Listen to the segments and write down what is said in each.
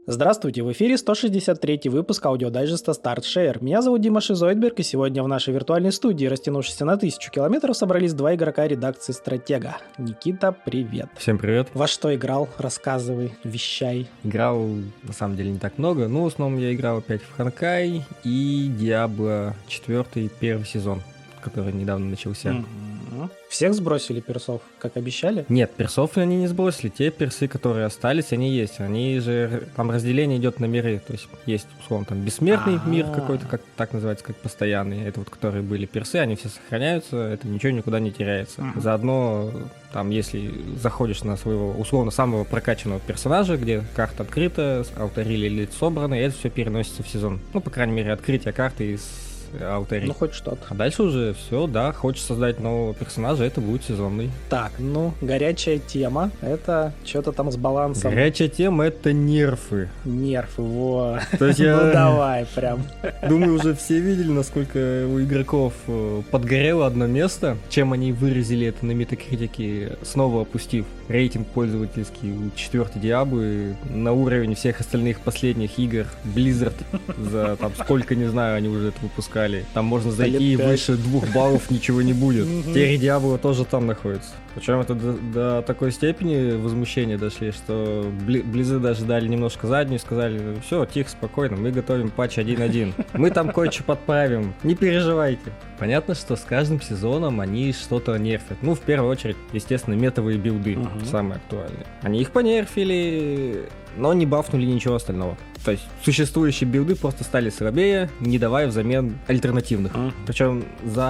Здравствуйте, в эфире 163-й выпуск аудиодайджеста StartShare. Меня зовут Дима Шизойдберг, и сегодня в нашей виртуальной студии, растянувшейся на 1000 километров, собрались два игрока редакции «Стратега». Никита, привет. Всем привет. Во что играл? Рассказывай, вещай. Играл, на самом деле, не так много, но в основном я играл опять в Honkai и Diablo 4 первый сезон, который недавно начался. Всех сбросили персов, как обещали? Нет, персов они не сбросили. Те персы, которые остались, они есть. Они же... Там разделение идет на миры. То есть, условно, там бессмертный мир какой-то, как так называется, как постоянный. Это вот, которые были персы, они все сохраняются, это ничего никуда не теряется. Заодно, там, если заходишь на своего, условно, самого прокачанного персонажа, где карта открыта, алтари или собраны, это все переносится в сезон. Ну, по крайней мере, открытие карты из алтарей. Ну, хоть что-то. А дальше уже все, да, хочешь создать нового персонажа, это будет сезонный. Так, ну, горячая тема, это что-то там с балансом. Горячая тема — это нерфы. Нерфы, во. То есть Ну, давай, прям. Думаю, уже все видели, насколько у игроков подгорело одно место, чем они выразили это на метакритике, снова опустив рейтинг пользовательский у 4-й Diablo на уровень всех остальных последних игр Blizzard за там сколько, не знаю, они уже это выпускали. Там можно зайти и выше 2 баллов ничего не будет. Теперь Diablo тоже там находится. Причем это до такой степени возмущения дошли, что Blizzard даже дали немножко заднюю, сказали: все, тихо, спокойно, мы готовим патч 1.1. Мы там кое-что подправим, не переживайте. Понятно, что с каждым сезоном они что-то нерфят. Ну, в первую очередь, естественно, метовые билды, самые актуальные. Они их понерфили, но не бафнули ничего остального. То есть существующие билды просто стали слабее, не давая взамен альтернативных. Причем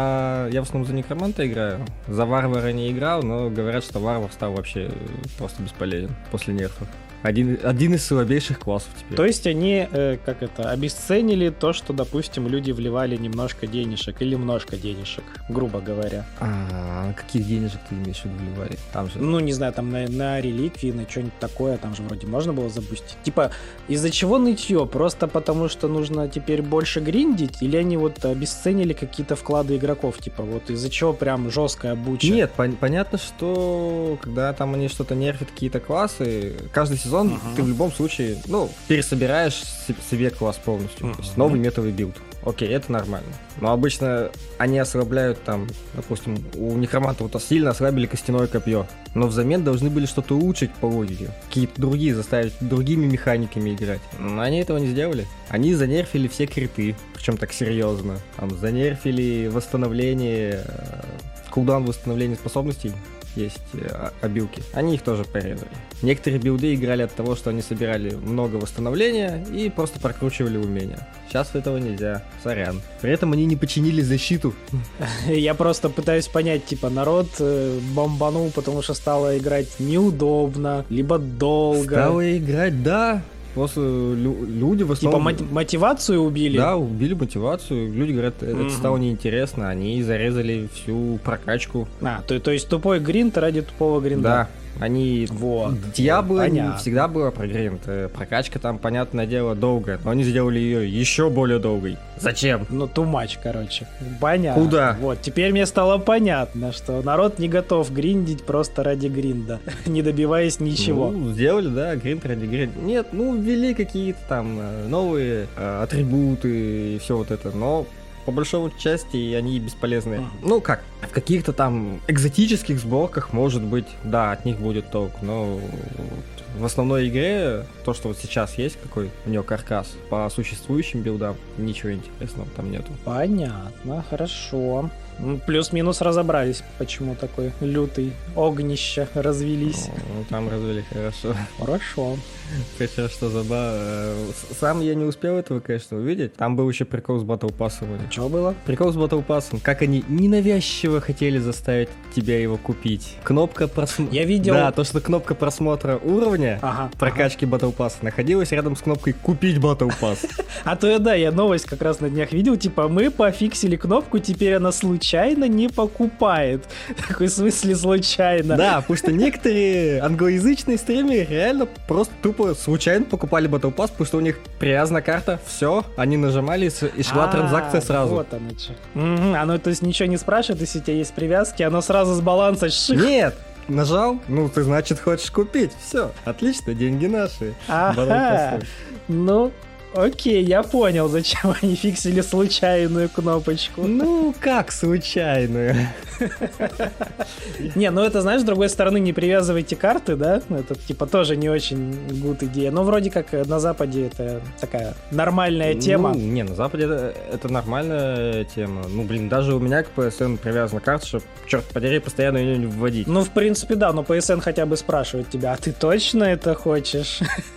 я в основном за некроманта играю, за варвара не играл, но говорят, что варвар стал вообще просто бесполезен после нерфа. Один из слабейших классов теперь. То есть они, обесценили то, что, допустим, люди вливали немножко денежек или множко денежек, грубо говоря. Каких денежек ты имеешь в виду вливали? Там же... Ну, не знаю, там на реликвии, на что-нибудь такое, там же вроде можно было запустить. Типа, из-за чего нытье? Просто потому, что нужно теперь больше гриндить? Или они вот обесценили какие-то вклады игроков? Типа, вот из-за чего прям жесткая буча? Нет, понятно, что когда там они что-то нерфят, какие-то классы, каждый сезон ты в любом случае, пересобираешь себе класс полностью. То есть новый метовый билд. Окей, это нормально. Но обычно они ослабляют там, допустим, у некроманта вот сильно ослабили костяное копье. Но взамен должны были что-то улучшить по логике. Какие-то другие, заставить другими механиками играть. Но они этого не сделали. Они занерфили все криты, причем так серьезно. Там занерфили восстановление, кулдаун восстановления способностей. Есть обилки. Они их тоже порезали. Некоторые билды играли от того, что они собирали много восстановления и просто прокручивали умения. Сейчас этого нельзя. Сорян. При этом они не починили защиту. Я просто пытаюсь понять, типа, народ бомбанул, потому что стало играть неудобно, либо долго. Стало играть, да. Просто люди в основном... Типа мотивацию убили? Да, убили мотивацию. Люди говорят, это стало неинтересно. Они зарезали всю прокачку. То есть тупой гринд ради тупого гринда. Да. Они... Вот. Diablo всегда была про гринд. Прокачка там, понятное дело, долгая. Но они сделали ее еще более долгой. Зачем? Ну, too much, короче. Понятно. Куда? Вот, теперь мне стало понятно, что народ не готов гриндить просто ради гринда, не добиваясь ничего. Ну, сделали, да, гринд ради гринда. Нет, ввели какие-то там новые атрибуты и все вот это, но по большому части они бесполезны. Ну как, в каких-то там экзотических сборках, может быть, да, от них будет толк, но в основной игре, то, что вот сейчас есть, какой у нее каркас, по существующим билдам ничего интересного там нету. Понятно, хорошо. Плюс-минус разобрались, почему такой лютый огнище развелись. Там развели хорошо. Хорошо. Хотя что забавно. Сам я не успел этого, конечно, увидеть. Там был еще прикол с Battle Pass'ом. Что было? Прикол с Battle Pass'ом. Как они ненавязчиво хотели заставить тебя его купить. Кнопка просмотра... Я видел... Да, то, что кнопка просмотра уровня прокачки Battle Pass находилась рядом с кнопкой «Купить Battle Pass». А то я новость как раз на днях видел, типа, мы пофиксили кнопку, теперь она случайно не покупает. Такой, в смысле случайно? Да, потому что некоторые англоязычные стримеры реально просто тупо случайно покупали Battle Pass, потому что у них привязана карта, все, они нажимали и шла транзакция сразу. Вот оно что. Оно, то есть, ничего не спрашивает, если у тебя есть привязки, оно сразу с баланса ших. Нет! нажал, ну ты значит хочешь купить. Все, отлично, деньги наши. Ага, ну... Окей, я понял, зачем они фиксили случайную кнопочку. Ну, как случайную? Не, ну это, знаешь, с другой стороны, не привязывайте карты, да? Это, типа, тоже не очень good идея. Но вроде как на Западе это такая нормальная тема. Ну, не, на Западе это нормальная тема. Ну, блин, даже у меня к PSN привязана карта, чтобы, черт подери, постоянно ее не вводить. Ну, в принципе, да, но PSN хотя бы спрашивает тебя, а ты точно это хочешь?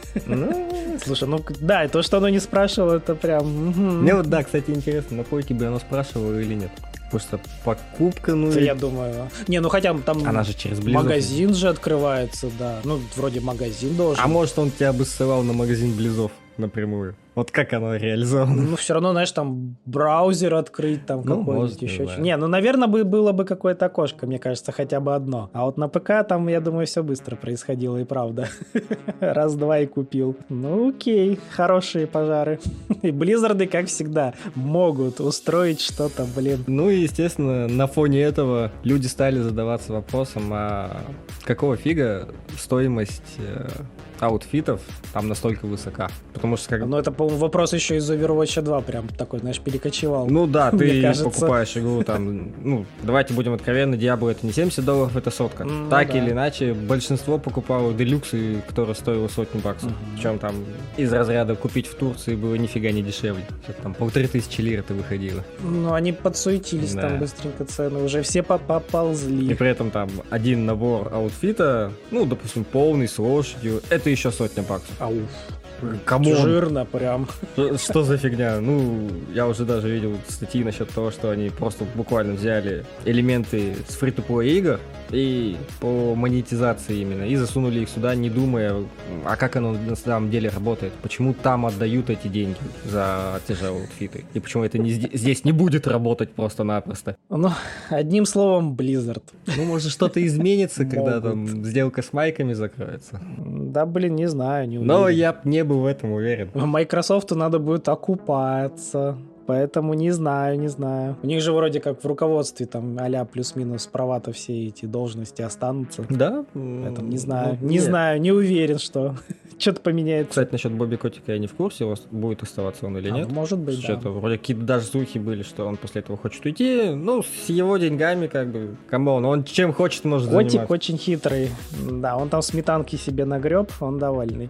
Слушай, ну да, то, что оно не спрашивало, это прям... Мне вот, да, кстати, интересно, на койке бы оно спрашивало или нет. Просто покупка, ну... Я думаю... Не, ну хотя бы там... Она же через Близов. Магазин же открывается, да. Ну, вроде магазин должен. А может, он тебя бы ссылал на магазин Близов напрямую? Вот как оно реализовано? Ну, все равно, знаешь, там браузер открыть, там ну, какой-нибудь еще. Да. Не, ну, наверное, было бы какое-то окошко, мне кажется, хотя бы одно. А вот на ПК там, я думаю, все быстро происходило, и правда. Раз-два и купил. Ну, окей, хорошие пожары. И Близзарды, как всегда, могут устроить что-то, блин. Ну и, естественно, на фоне этого люди стали задаваться вопросом, а какого фига стоимость аутфитов там настолько высока? Потому что... Ну, это, по-моему, вопрос еще из Overwatch 2 прям такой, знаешь, перекочевал. Ну да, ты покупаешь игру там, ну, давайте будем откровенны, Diablo это не $70, это сотка. Так да. Или иначе, большинство покупало делюксы, которые стоило $100. Причем там из разряда купить в Турции было нифига не дешевле. Что-то там 1500 лир это выходило. Ну, они подсуетились там быстренько цены, уже все поползли. И при этом там один набор аутфита, ну, допустим, полный, с лошадью, это еще $100. Ауф. Камон. Жирно прям. Что за фигня? Ну, я уже даже видел статьи насчет того, что они просто буквально взяли элементы с фри-то-плей игр и по монетизации именно, и засунули их сюда, не думая, а как оно на самом деле работает, почему там отдают эти деньги за те же аутфиты, и почему это здесь не будет работать просто-напросто. Ну, одним словом, Blizzard. Ну, может, что-то изменится, когда там сделка с майками закроется. Да, блин, не знаю, не уверен. Но я не был в этом уверен. Microsoftу надо будет окупаться. Поэтому не знаю. У них же вроде как в руководстве там а-ля плюс-минус права-то все эти должности останутся. Да? Поэтому не знаю. Не знаю, не уверен, что что-то поменяется. Кстати, насчет Бобби Котика я не в курсе, будет оставаться он или нет. Может быть, да. Что-то вроде какие-то даже слухи были, что он после этого хочет уйти. Ну, с его деньгами, как бы, камон, он чем хочет может заниматься. Котик очень хитрый. Да, он там сметанки себе нагреб, он довольный.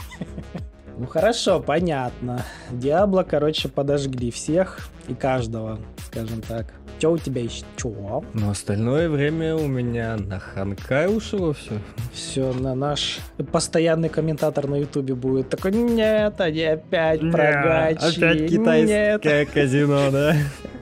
Ну хорошо, понятно. Диабло, короче, подожгли всех и каждого, скажем так. Что у тебя еще? Чё? Но остальное время у меня на Ханкай ушло все. Все, на наш постоянный комментатор на Ютубе будет такой: нет, они опять про гачи. Опять китайское казино, да?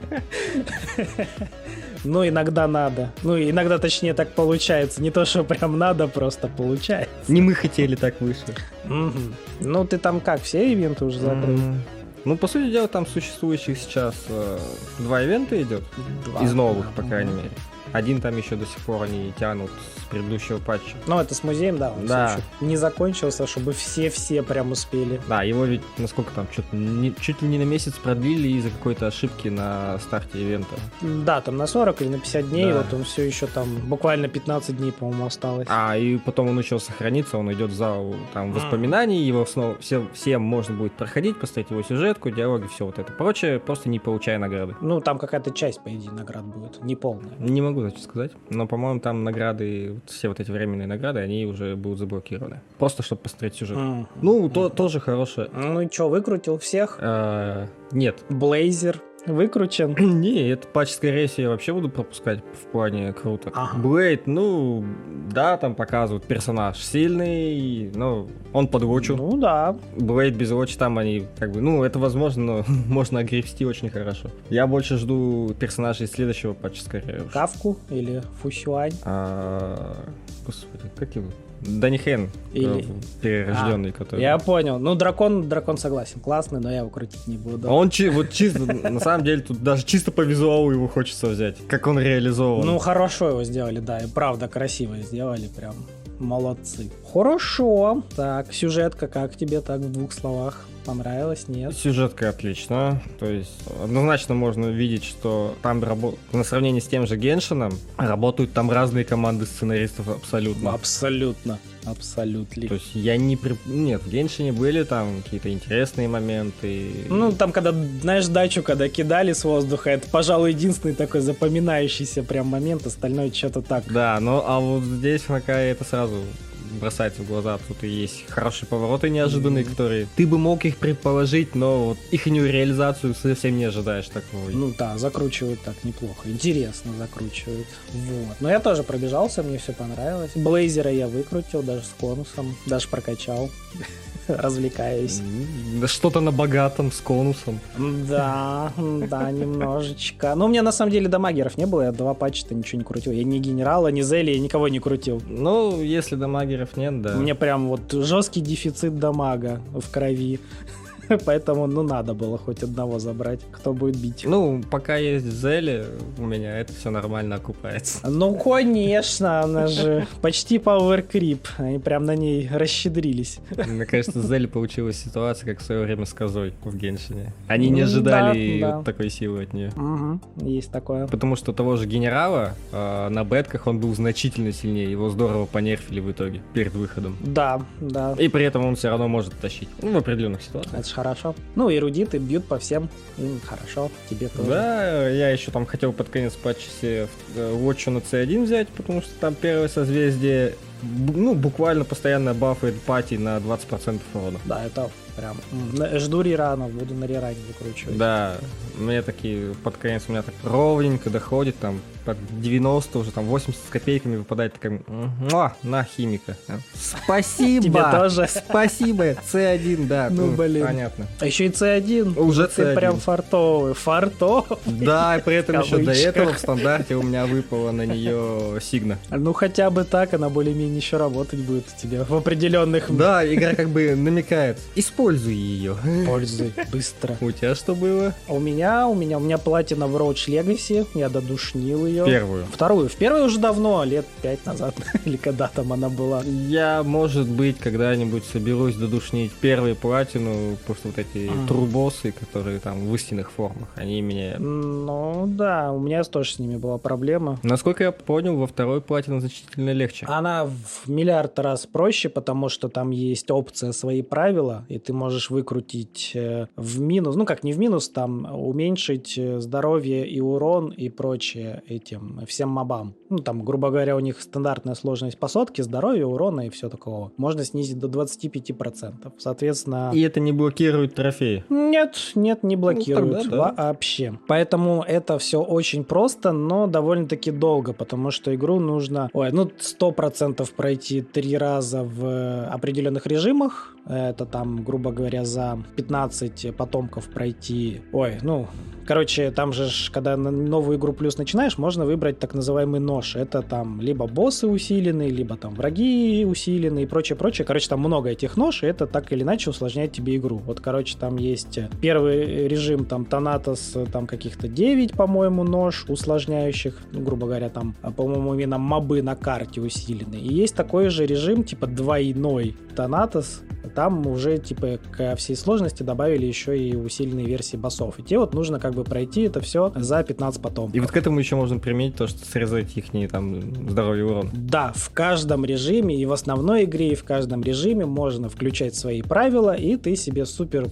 Ну, иногда надо. Ну, иногда, точнее, так получается. Не то, что прям надо, просто получается. Не мы хотели, так вышло. Ну, ты там как, все ивенты уже закрыл? Ну, по сути дела, там существующих сейчас 2 ивента идет. Из новых, по крайней мере. Один там еще до сих пор они тянут с предыдущего патча. Ну, это с музеем, да, он да. не закончился, чтобы все прям успели. Да, его ведь, насколько там, чуть ли не на месяц продлили из-за какой-то ошибки на старте ивента. Да, там на 40 или на 50 дней, да. Вот он все еще там, буквально 15 дней, по-моему, осталось. И потом он еще сохранится, он идет в зал там воспоминаний, его снова всем можно будет проходить, посмотреть его сюжетку, диалоги, все вот это прочее, просто не получая награды. Ну, там какая-то часть, по идее, наград будет, не полная. Не могу сказать, но, по-моему, там награды, все вот эти временные награды, они уже будут заблокированы. Просто, чтобы посмотреть сюжет. Ну, тоже хорошее. Ну и что, выкрутил всех? Нет. Блейзер выкручен? Не, этот патч, скорее всего, я вообще буду пропускать в плане круто. Ага. Блейд, ну, да, там показывают персонаж сильный, но он под вотчу. Ну да. Блейд без вотча там они, как бы, ну, это возможно, но можно огребсти очень хорошо. Я больше жду персонажей следующего патча, скорее. Кавку или Фусюань? Господи, как его? Дани Хэн, или перерожденный, который... Я понял. Ну, дракон согласен, классный, но я его крутить не буду. Он вот чисто, на самом деле, тут даже чисто по визуалу его хочется взять, как он реализован. Ну, хорошо его сделали, да, и правда красиво сделали прям. Молодцы. Хорошо. Так, сюжетка как тебе так в 2 словах? Понравилось, нет? Сюжетка отлично. То есть однозначно можно видеть, что там на сравнении с тем же Геншином работают там разные команды сценаристов абсолютно. Абсолютно. То есть я не... Нет, в Геншине были там какие-то интересные моменты. Ну, там, когда, знаешь, дачу, когда кидали с воздуха, это, пожалуй, единственный такой запоминающийся прям момент, остальное что-то так. Да, ну, а вот здесь в Накае это сразу бросается в глаза. Тут и есть хорошие повороты неожиданные, которые ты бы мог их предположить, но вот их реализацию совсем не ожидаешь такого. Ну да, закручивают так неплохо. Интересно закручивают. Вот. Но я тоже пробежался, мне все понравилось. Блейзера я выкрутил, даже с конусом, даже прокачал. Развлекаюсь. Что-то на богатом, с конусом. Да, немножечко. Но у меня на самом деле дамагеров не было, я 2 патча-то ничего не крутил. Я ни генерала, ни Зели, я никого не крутил. Ну, если дамагеров нет, да. У меня прям вот жесткий дефицит дамага в крови. Поэтому, надо было хоть одного забрать, кто будет бить. Ну, пока есть Зели, у меня это все нормально окупается. Ну, конечно, она же почти Power Creep. Они прям на ней расщедрились. Мне кажется, Зели получилась ситуация, как в свое время с Козой в Геншине. Они не ожидали вот такой силы от нее. Угу, есть такое. Потому что того же генерала на бетках он был значительно сильнее. Его здорово понерфили в итоге перед выходом. Да. И при этом он все равно может тащить. Ну, в определенных ситуациях. Это же хорошо. Ну, эрудиты бьют по всем. Им хорошо, тебе тоже. Да, я еще там хотел под конец патча себе Watch на C1 взять, потому что там первое созвездие, буквально постоянно бафает пати на 20% урона. Да, это прям... Жду рерана, буду на реране выкручивать. Да, мне такие под конец у меня так ровненько доходит, там под 90 уже, там 80 с копейками выпадает такая... на химика. Спасибо! Тебе тоже? Спасибо! C1, да. Ну, блин. Понятно. А еще и C1. Уже ты C1. прям фартовый. Фартовый. Да, и при этом еще до этого в стандарте у меня выпала на нее Сигна. Ну, хотя бы так, она более-менее еще работать будет у тебя в определенных... Да, игра как бы намекает. Используй ее. Пользуй, быстро. У тебя что было? У меня платина в Roach Legacy, я додушнил ее. Первую. Вторую. В первую уже давно, лет 5 назад, или когда там она была. Я, может быть, когда-нибудь соберусь додушнить первую платину, просто вот эти трубосы, которые там в истинных формах, они меня... Ну да, у меня тоже с ними была проблема. Насколько я понял, во второй платину значительно легче. Она в миллиард раз проще, потому что там есть опция «Свои правила», и ты можешь выкрутить в минус, ну как не в минус, там уменьшить здоровье и урон и прочее этим всем мобам. Ну там, грубо говоря, у них стандартная сложность по сотке, здоровья, урона и все такого. Можно снизить до 25%. Соответственно... И это не блокирует трофеи? Нет, не блокируют тогда да. Вообще. Поэтому это все очень просто, но довольно-таки долго, потому что игру нужно 100% пройти 3 раза в определенных режимах. Это там, грубо говоря, за 15 потомков пройти. Короче, там же, когда новую игру плюс начинаешь, можно выбрать так называемый нож. Это там либо боссы усиленные, либо там враги усиленные и прочее. Короче, там много этих нож, и это так или иначе усложняет тебе игру. Вот, короче, там есть первый режим, там Танатос, там каких-то 9, по-моему, нож усложняющих. Грубо говоря, там, по-моему, именно мобы на карте усиленные. И есть такой же режим, типа двойной Танатос. Там уже, типа, ко всей сложности добавили еще и усиленные версии боссов. И те вот нужно как бы пройти это все за 15 потомков. И вот к этому еще можно применить то, что срезать их там здоровье и урон. Да, в каждом режиме, и в основной игре, и в каждом режиме можно включать свои правила, и ты себе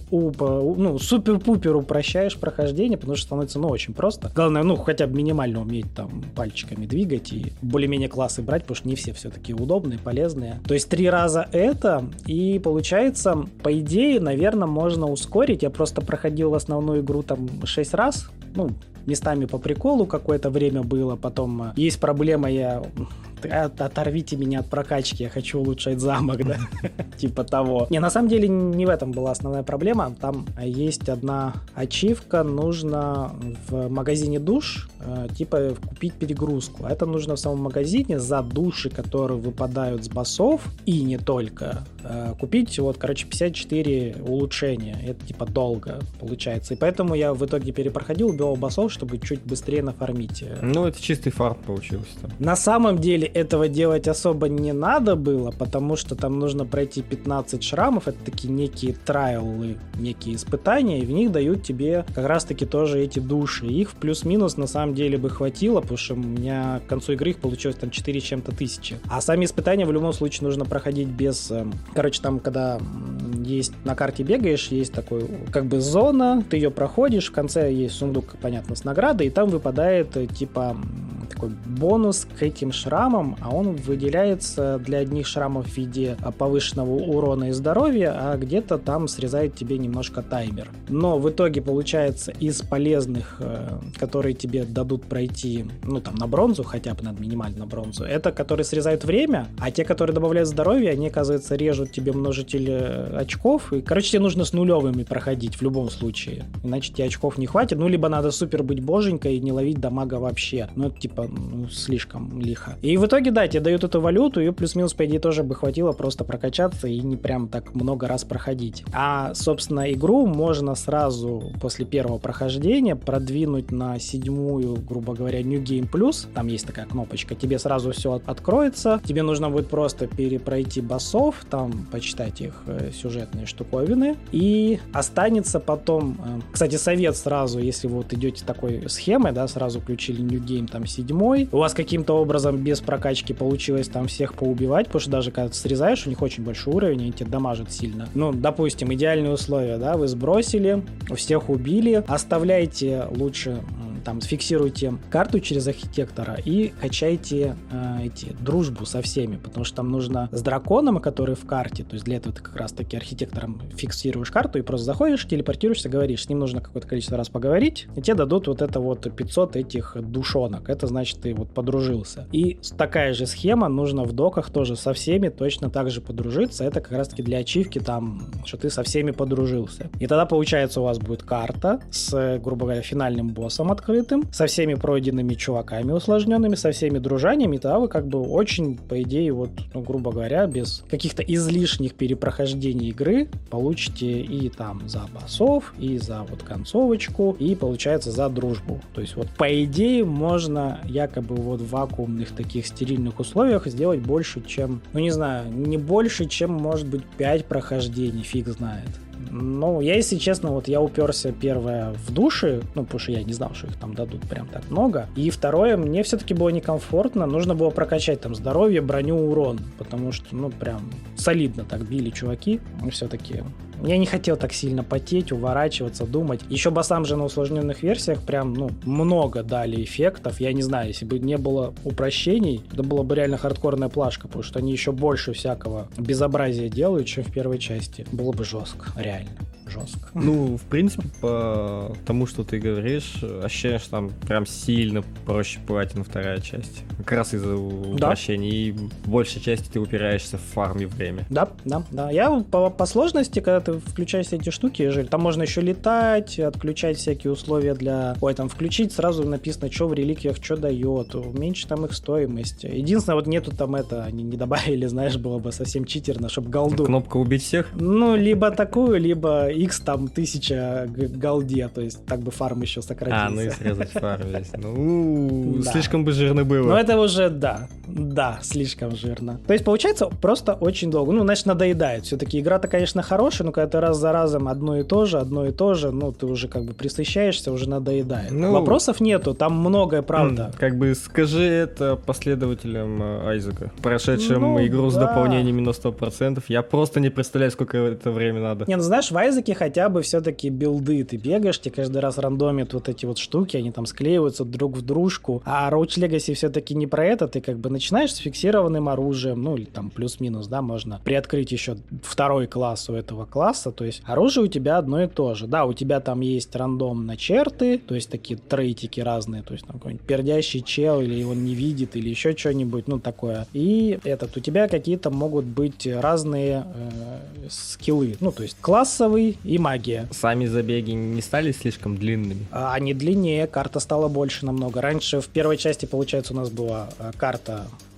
супер-пупер упрощаешь прохождение, потому что становится, очень просто. Главное, хотя бы минимально уметь там пальчиками двигать и более-менее классы брать, потому что не все все-таки удобные, полезные. То есть 3 раза это, и получается, по идее, наверное, можно ускорить. Я просто проходил основную игру там 6 раз, местами по приколу какое-то время было, потом есть проблема, оторвите меня от прокачки, я хочу улучшать замок, да, типа того. На самом деле не в этом была основная проблема, там есть одна ачивка, нужно в магазине душ, типа купить перегрузку, это нужно в самом магазине за души, которые выпадают с боссов, и не только, купить 54 улучшения, это типа долго получается, и поэтому я в итоге перепроходил, убивал боссов, чтобы чуть быстрее нафармить. Это чистый фарм получился. На самом деле этого делать особо не надо было, потому что там нужно пройти 15 шрамов, это такие некие трайлы, некие испытания, и в них дают тебе как раз-таки тоже эти души. Их в плюс-минус на самом деле бы хватило, потому что у меня к концу игры их получилось там 4 с чем-то тысячи. А сами испытания в любом случае нужно проходить без... Короче, там, когда есть на карте бегаешь, есть такой как бы зона, ты ее проходишь, в конце есть сундук, понятно, с наградой, и там выпадает типа такой бонус к этим шрамам, а он выделяется для одних шрамов в виде повышенного урона и здоровья, а где-то там срезает тебе немножко таймер. Но в итоге получается из полезных, которые тебе дадут пройти, ну там на бронзу, хотя бы надо минимально на бронзу, это которые срезают время, а те, которые добавляют здоровье, они, оказывается, режут тебе множитель очков, и, короче, тебе нужно с нулевыми проходить в любом случае, иначе тебе очков не хватит, ну либо надо супер быть боженькой и не ловить дамага вообще, ну это типа слишком лихо. И в итоге, да, тебе дают эту валюту, и плюс-минус, по идее, тоже бы хватило просто прокачаться и не прям так много раз проходить. А, собственно, игру можно сразу после первого прохождения продвинуть на 7-ю, грубо говоря, New Game Plus. Там есть такая кнопочка, тебе сразу все откроется. Тебе нужно будет просто перепройти боссов, там почитать их сюжетные штуковины, и останется потом... Кстати, совет сразу, если вы вот идете такой схемой, да, сразу включили New Game, там 7-й, у вас каким-то образом без прокачки получилось там всех поубивать, потому что даже когда ты срезаешь, у них очень большой уровень, они тебя дамажат сильно. Ну, допустим, идеальные условия, да, вы сбросили, всех убили, оставляйте лучше, там, фиксируйте карту через архитектора и качайте дружбу со всеми, потому что там нужно с драконом, который в карте, то есть для этого ты как раз-таки архитектором фиксируешь карту и просто заходишь, телепортируешься, говоришь, с ним нужно какое-то количество раз поговорить, и тебе дадут вот это вот 500 этих душонок, это значит, ты вот подружился. И такая же схема, нужно в доках тоже со всеми точно так же подружиться, это как раз-таки для ачивки там, что ты со всеми подружился. И тогда, получается, у вас будет карта с, грубо говоря, финальным боссом открытым, со всеми пройденными чуваками усложненными, со всеми дружаниями, и тогда вы как бы очень, по идее, вот, ну, грубо говоря, без каких-то излишних перепрохождений игры получите и там за боссов, и за вот концовочку, и, получается, за дружбу. То есть вот, по идее, можно якобы вот в вакуумных таких стерильных условиях сделать больше, чем, ну, не знаю, не больше, чем, может быть, 5 прохождений, фиг знает. Ну, я, если честно, вот я уперся первое в души, ну, потому что я не знал, что их там дадут прям так много. И второе, мне все-таки было некомфортно, нужно было прокачать там здоровье, броню, урон, потому что, ну, прям солидно так били чуваки, и все-таки... Я не хотел так сильно потеть, уворачиваться, думать. Еще боссам же на усложненных версиях прям, ну, много дали эффектов. Я не знаю, если бы не было упрощений, это была бы реально хардкорная плашка, потому что они еще больше всякого безобразия делают, чем в первой части. Было бы жестко, реально. Жестко. Ну, в принципе, по тому, что ты говоришь, ощущаешь, что там прям сильно проще платина вторая часть. Как раз из-за упрощений. И в большей части ты упираешься в фарме время. Да. Я по сложности, когда ты включаешь эти штуки, там можно еще летать, отключать всякие условия для... Ой, там включить, сразу написано, что в реликвиях, что дает, уменьшить там их стоимость. Единственное, вот нету там они не добавили, знаешь, было бы совсем читерно, чтобы голду... Кнопка убить всех? Ну, либо такую, либо X там 1000 голде, то есть так бы фарм еще сократился. Ну и срезать фарм весь. Ну, слишком бы жирно было. Ну, это уже, да, слишком жирно. То есть, получается, просто очень долго. Ну, значит, надоедает. Все-таки игра-то, конечно, хорошая, но когда ты раз за разом одно и то же, ну, ты уже как бы присыщаешься, уже надоедает. Ну, вопросов нету, там многое, правда. Как бы скажи это последователям Айзека, прошедшим игру с дополнениями на 100%. Я просто не представляю, сколько это время надо. Не, ну знаешь, в Айзеке хотя бы все-таки билды. Ты бегаешь, тебе каждый раз рандомят вот эти вот штуки, они там склеиваются друг в дружку. А Roach Legacy все-таки не про это. Ты как бы начинаешь с фиксированным оружием, ну или там плюс-минус, да, можно приоткрыть еще второй класс у этого класса. То есть оружие у тебя одно и то же. Да, у тебя там есть рандомно черты, то есть такие трейтики разные, то есть там какой-нибудь пердящий чел, или он не видит, или еще что-нибудь, ну такое. И у тебя какие-то могут быть разные скиллы, ну то есть классовый и магия. Сами забеги не стали слишком длинными? Они длиннее, карта стала больше намного. Раньше в первой части, получается, у нас была карта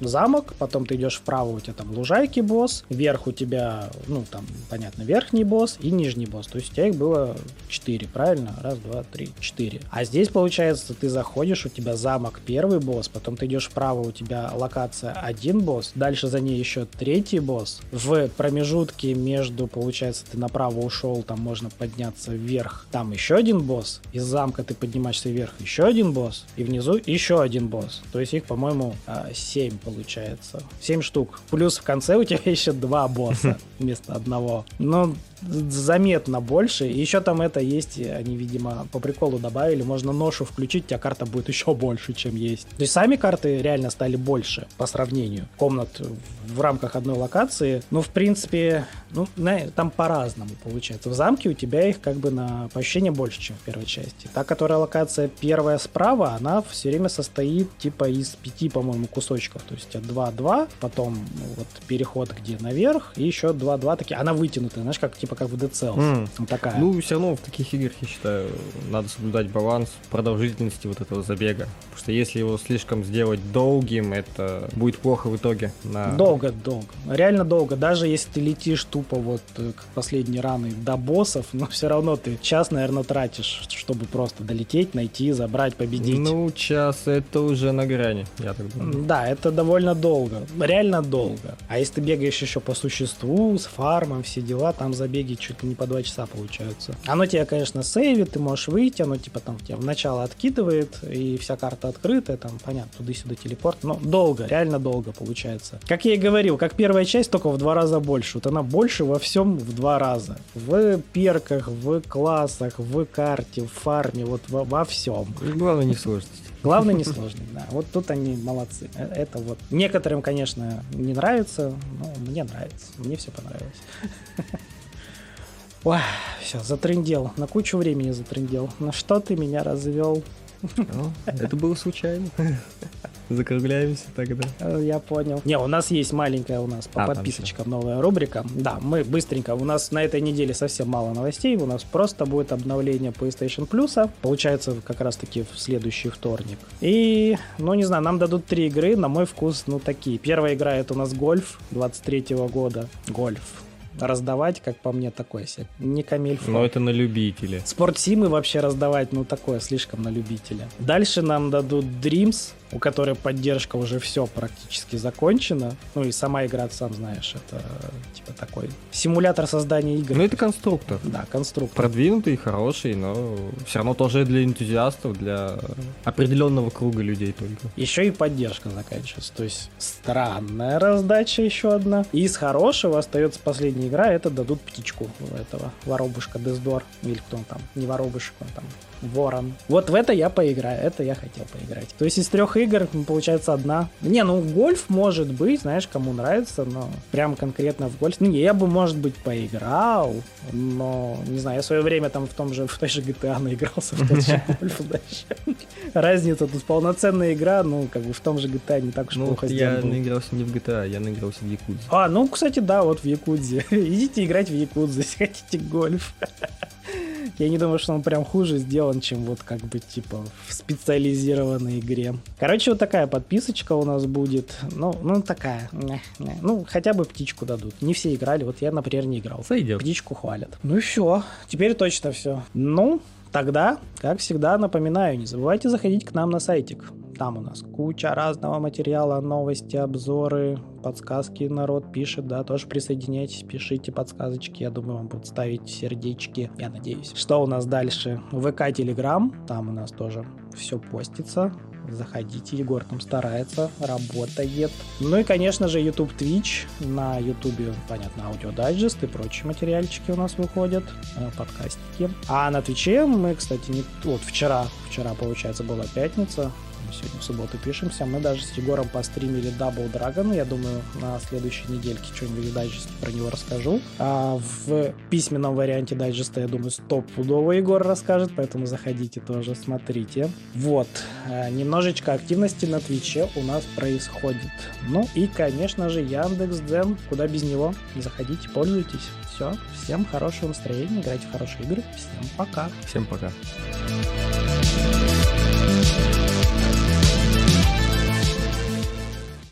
замок, потом ты идешь вправо, у тебя там лужайки босс, вверх у тебя, ну, там, понятно, верхний босс и нижний босс. То есть у тебя их было 4, правильно? 1, 2, 3, 4. А здесь, получается, ты заходишь, у тебя замок первый босс, потом ты идешь вправо, у тебя локация 1 босс, дальше за ней еще 3 босс. В промежутке между, получается, ты направо ушел, там можно подняться вверх, там еще 1 босс. Из замка ты поднимаешься вверх, еще 1 босс. И внизу еще 1 босс. То есть их, по-моему, 7 получается. 7 штук. Плюс в конце у тебя еще 2 босса вместо одного. Ну, заметно больше. И еще там это есть, они, видимо, по приколу добавили. Можно ношу включить, у тебя карта будет еще больше, чем есть. То есть сами карты реально стали больше по сравнению. Комнат в рамках одной локации. Ну, в принципе, ну, там по-разному получается. В замке у тебя их как бы по ощущению больше, чем в первой части. Та, которая локация первая справа, она все время состоит типа из 5, по-моему, кусочков. То есть у тебя 2-2, потом вот переход где наверх, и еще 2-2 такие. Она вытянутая, знаешь, как типа как в Dead Cells. Вот такая. Ну, все равно в таких играх, я считаю, надо соблюдать баланс продолжительности вот этого забега. Потому что если его слишком сделать долгим, это будет плохо в итоге. Долго. Реально долго. Даже если ты летишь тупо вот как последние раны до боссов, но все равно ты час, наверное, тратишь, чтобы просто долететь, найти, забрать, победить. Ну, час это уже на грани, я так думаю. Да, это довольно долго. Реально долго. А если ты бегаешь еще по существу, с фармом, все дела, там забеги чуть ли не по 2 часа получаются. Оно тебя, конечно, сейвит, ты можешь выйти, оно типа там тебя в начало откидывает, и вся карта открытая, там, понятно, туда-сюда телепорт. Но долго, реально долго получается. Как я и говорил, как первая часть, только в 2 раза больше. Вот она больше во всем в 2 раза. В перках, в классах, в карте, в фарме, вот во всем. Главное не сложность. Главное не сложно, да. Вот тут они молодцы. Это вот. Некоторым, конечно, не нравится, но мне нравится. Мне все понравилось. Ой, все, затрындел. На кучу времени затрындел. На что ты меня развел? Это было случайно. Закругляемся тогда. Я понял. Не, у нас есть маленькая по подписочкам новая рубрика. Да, мы быстренько. У нас на этой неделе совсем мало новостей. У нас просто будет обновление PlayStation Plus. Получается, как раз-таки в следующий вторник. И, ну, не знаю, нам дадут 3 игры. На мой вкус, ну, такие. Первая игра — это у нас Гольф 23-го года. Гольф. Раздавать, как по мне, такое себе. Не камильфо. Но это на любителя. Спортсимы вообще раздавать, ну, такое, слишком на любителя. Дальше нам дадут Dreams, у которой поддержка уже все практически закончена. Ну, и сама игра, ты сам знаешь, это типа такой симулятор создания игр. Ну, это конструктор. Да, конструктор. Продвинутый, хороший, но все равно тоже для энтузиастов, для определенного круга людей только. Еще и поддержка заканчивается. То есть странная раздача еще одна. И из хорошего остается последняя игра, это дадут птичку этого воробушка Дездор. Или кто он там? Не воробушек, он там ворон. Вот в это я поиграю, это я хотел поиграть. То есть из 3 игр получается одна. Не, ну гольф может быть, знаешь, кому нравится, но прям конкретно в гольф. Ну, я бы, может быть, поиграл, но, не знаю, я в свое время там в той же GTA наигрался в тот же гольф дальше. Разница, тут полноценная игра, ну, как бы в том же GTA не так уж плохо сделано. Я наигрался не в GTA, я наигрался в Якудзе. Ну, кстати, да, вот в Якудзе. Идите играть в Якудзе, если хотите гольф. Я не думаю, что он прям хуже сделан, чем вот как бы типа в специализированной игре. Короче, вот такая подписочка у нас будет. Ну такая. Ну, хотя бы птичку дадут. Не все играли, вот я, например, не играл. Сойдет. Птичку хвалят. Ну и все. Теперь точно все. Ну, тогда, как всегда, напоминаю, не забывайте заходить к нам на сайтик. Там у нас куча разного материала, новости, обзоры, подсказки народ пишет, да, тоже присоединяйтесь, пишите подсказочки, я думаю, вам будут ставить сердечки, я надеюсь. Что у нас дальше? ВК, Телеграм, там у нас тоже все постится. Заходите, Егор там старается, работает. Ну и, конечно же, YouTube, Twitch. На YouTube, понятно, аудиодайджест и прочие материальчики у нас выходят, подкастики. А на Твиче мы, кстати, вчера, получается, была пятница. Сегодня в субботу пишемся. Мы даже с Егором постримили Double Dragon. Я думаю, на следующей недельке что-нибудь в дайджесте про него расскажу. А в письменном варианте дайджеста, я думаю, стопудово Егор расскажет, поэтому заходите тоже, смотрите. Вот. Немножечко активности на Твиче у нас происходит. Ну и, конечно же, Яндекс.Дзен. Куда без него? Заходите, пользуйтесь. Все. Всем хорошего настроения, играйте в хорошие игры. Всем пока. Всем пока.